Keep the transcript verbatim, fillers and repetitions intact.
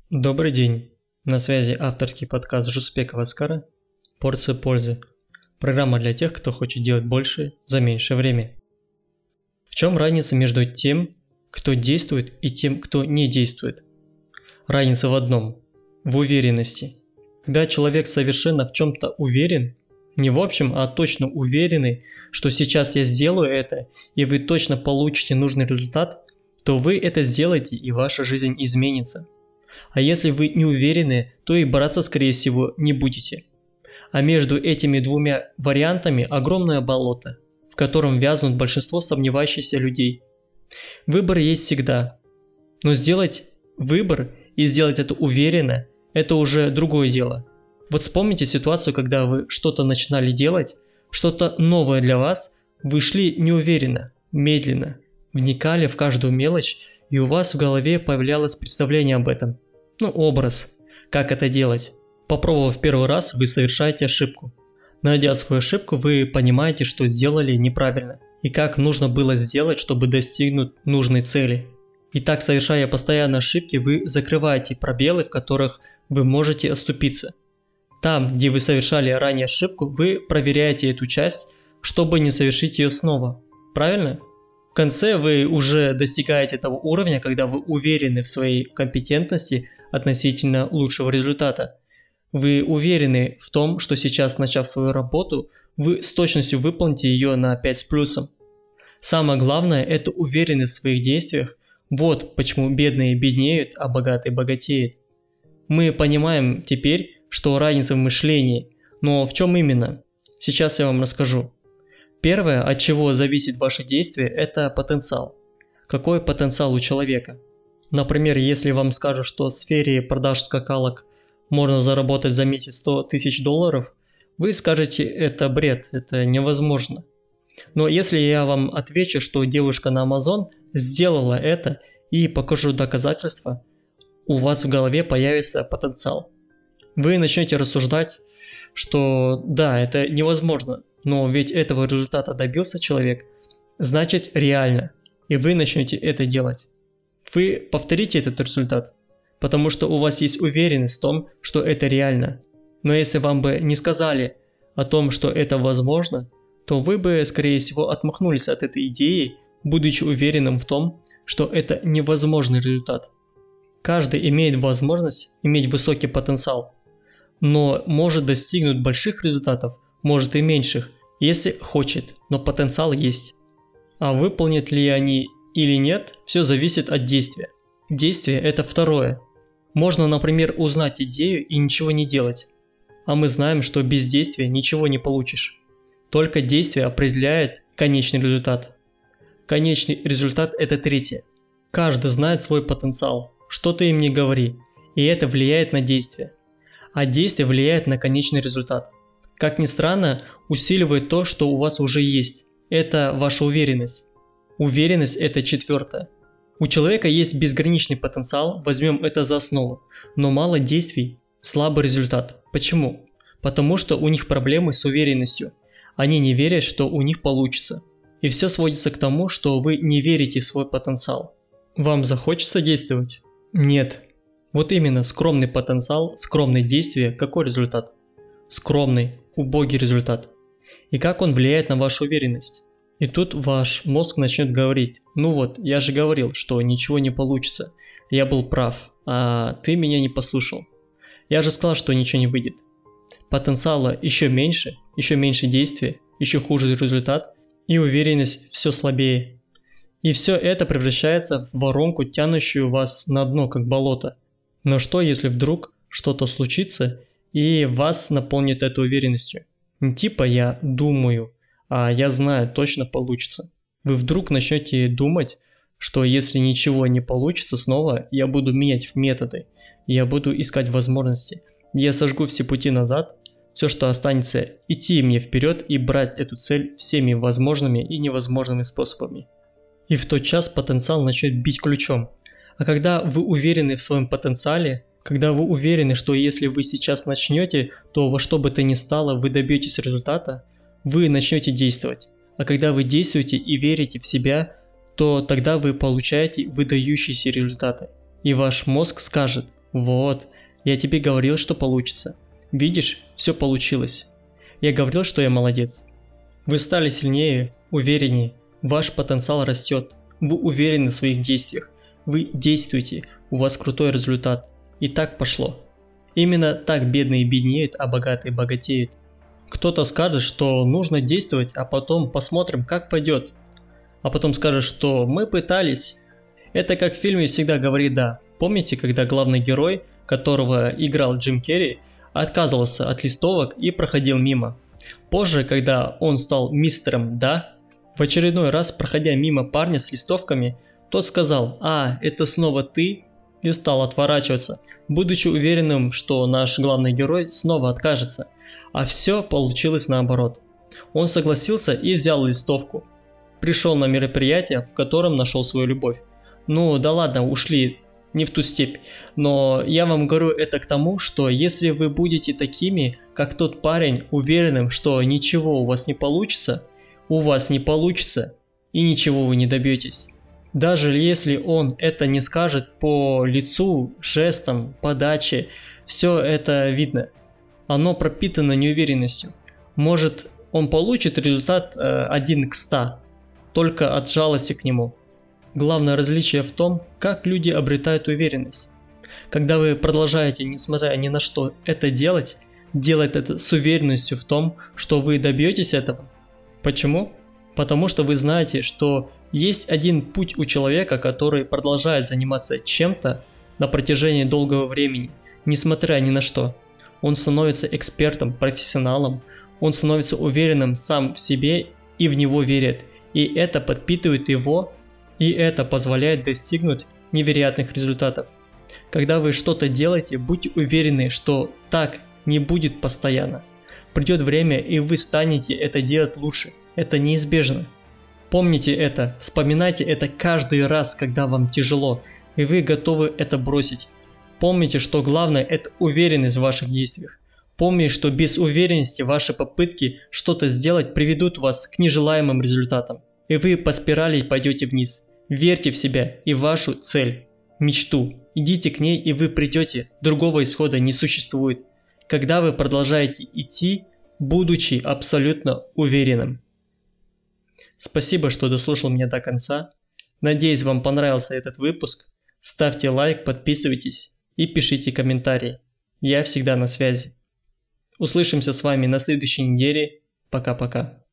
Добрый день. На связи авторский подкаст Жуспекова Аскара «Порция пользы». Программа для тех, кто хочет делать больше за меньшее время. В чем разница между тем, кто действует, и тем, кто не действует? Разница в одном – в уверенности. Когда человек совершенно в чем-то уверен, не в общем, а точно уверенный, что сейчас я сделаю это, и вы точно получите нужный результат, то вы это сделаете, и ваша жизнь изменится. А если вы не уверены, то и бороться, скорее всего, не будете. А между этими двумя вариантами огромное болото, в котором вязнут большинство сомневающихся людей. Выбор есть всегда. Но сделать выбор и сделать это уверенно – это уже другое дело. Вот вспомните ситуацию, когда вы что-то начинали делать, что-то новое для вас, вы шли неуверенно, медленно, вникали в каждую мелочь, и у вас в голове появлялось представление об этом. Ну, образ, как это делать. Попробовав первый раз, вы совершаете ошибку. Найдя свою ошибку, вы понимаете, что сделали неправильно, и как нужно было сделать, чтобы достигнуть нужной цели. И так, совершая постоянно ошибки, вы закрываете пробелы, в которых вы можете оступиться. Там, где вы совершали ранее ошибку, вы проверяете эту часть, чтобы не совершить ее снова. Правильно? В конце вы уже достигаете того уровня, когда вы уверены в своей компетентности относительно лучшего результата. Вы уверены в том, что сейчас, начав свою работу, вы с точностью выполните ее на пять с плюсом. Самое главное – это уверенность в своих действиях. Вот почему бедные беднеют, а богатые богатеют. Мы понимаем теперь, что разница в мышлении, но в чем именно? Сейчас я вам расскажу. Первое, от чего зависит ваше действие, это потенциал. Какой потенциал у человека? Например, если вам скажут, что в сфере продаж скакалок можно заработать за месяц сто тысяч долларов, вы скажете, это бред, это невозможно. Но если я вам отвечу, что девушка на Amazon сделала это и покажу доказательства, у вас в голове появится потенциал. Вы начнете рассуждать, что да, это невозможно, но ведь этого результата добился человек, значит реально, и вы начнете это делать. Вы повторите этот результат, потому что у вас есть уверенность в том, что это реально. Но если вам бы не сказали о том, что это возможно, то вы бы, скорее всего, отмахнулись от этой идеи, будучи уверенным в том, что это невозможный результат. Каждый имеет возможность иметь высокий потенциал, но может достигнуть больших результатов, может и меньших, если хочет, но потенциал есть. А выполнят ли они или нет, все зависит от действия. Действие – это второе. Можно, например, узнать идею и ничего не делать. А мы знаем, что без действия ничего не получишь. Только действие определяет конечный результат. Конечный результат – это третье. Каждый знает свой потенциал, что ты им не говори, и это влияет на действие. А действие влияет на конечный результат. Как ни странно, усиливает то, что у вас уже есть. Это ваша уверенность. Уверенность – это четвертое. У человека есть безграничный потенциал, возьмем это за основу, но мало действий, слабый результат. Почему? Потому что у них проблемы с уверенностью. Они не верят, что у них получится. И все сводится к тому, что вы не верите в свой потенциал. Вам захочется действовать? Нет. Вот именно скромный потенциал, скромные действия, какой результат? Скромный, убогий результат. И как он влияет на вашу уверенность? И тут ваш мозг начнет говорить: ну вот, я же говорил, что ничего не получится. Я был прав, а ты меня не послушал. Я же сказал, что ничего не выйдет. Потенциала еще меньше, еще меньше действия, еще хуже результат, и уверенность все слабее. И все это превращается в воронку, тянущую вас на дно, как болото. Но что, если вдруг что-то случится, и вас наполнит этой уверенностью? Не типа «я думаю», а «я знаю, точно получится». Вы вдруг начнете думать, что если ничего не получится снова, я буду менять методы, я буду искать возможности, я сожгу все пути назад, все, что останется, идти мне вперед и брать эту цель всеми возможными и невозможными способами. И в тот час потенциал начнет бить ключом. А когда вы уверены в своем потенциале, когда вы уверены, что если вы сейчас начнете, то во что бы то ни стало вы добьетесь результата, вы начнете действовать. А когда вы действуете и верите в себя, то тогда вы получаете выдающиеся результаты. И ваш мозг скажет: Вот, я тебе говорил, что получится. Видишь, все получилось. Я говорил, что я молодец. Вы стали сильнее, увереннее, ваш потенциал растет, вы уверены в своих действиях, вы действуете, у вас крутой результат. И так пошло. Именно так бедные беднеют, а богатые богатеют. Кто-то скажет, что нужно действовать, а потом посмотрим, как пойдет. А потом скажет, что мы пытались. Это как в фильме «Всегда говори да». Помните, когда главный герой, которого играл Джим Керри, отказывался от листовок и проходил мимо? Позже, когда он стал мистером «да», в очередной раз, проходя мимо парня с листовками, тот сказал «А, это снова ты?» и стал отворачиваться, будучи уверенным, что наш главный герой снова откажется. А все получилось наоборот. Он согласился и взял листовку. Пришел на мероприятие, в котором нашел свою любовь. Ну да ладно, ушли не в ту степь. Но я вам говорю это к тому, что если вы будете такими, как тот парень, уверенным, что ничего у вас не получится, у вас не получится и ничего вы не добьетесь. Даже если он это не скажет по лицу, жестам, подаче, все это видно. Оно пропитано неуверенностью. Может, он получит результат э, один к ста, только от жалости к нему. Главное различие в том, как люди обретают уверенность. Когда вы продолжаете, несмотря ни на что, это делать, делать это с уверенностью в том, что вы добьетесь этого. Почему? Потому что вы знаете, что есть один путь у человека, который продолжает заниматься чем-то на протяжении долгого времени, несмотря ни на что. Он становится экспертом, профессионалом, он становится уверенным сам в себе и в него верит. И это подпитывает его, и это позволяет достигнуть невероятных результатов. Когда вы что-то делаете, будьте уверены, что так не будет постоянно. Придет время, и вы станете это делать лучше. Это неизбежно. Помните это, вспоминайте это каждый раз, когда вам тяжело, и вы готовы это бросить. Помните, что главное – это уверенность в ваших действиях. Помните, что без уверенности ваши попытки что-то сделать приведут вас к нежелаемым результатам, и вы по спирали пойдете вниз. Верьте в себя и в вашу цель, мечту. Идите к ней, и вы придете. Другого исхода не существует. Когда вы продолжаете идти, будучи абсолютно уверенным. Спасибо, что дослушал меня до конца. Надеюсь, вам понравился этот выпуск. Ставьте лайк, подписывайтесь и пишите комментарии. Я всегда на связи. Услышимся с вами на следующей неделе. Пока-пока.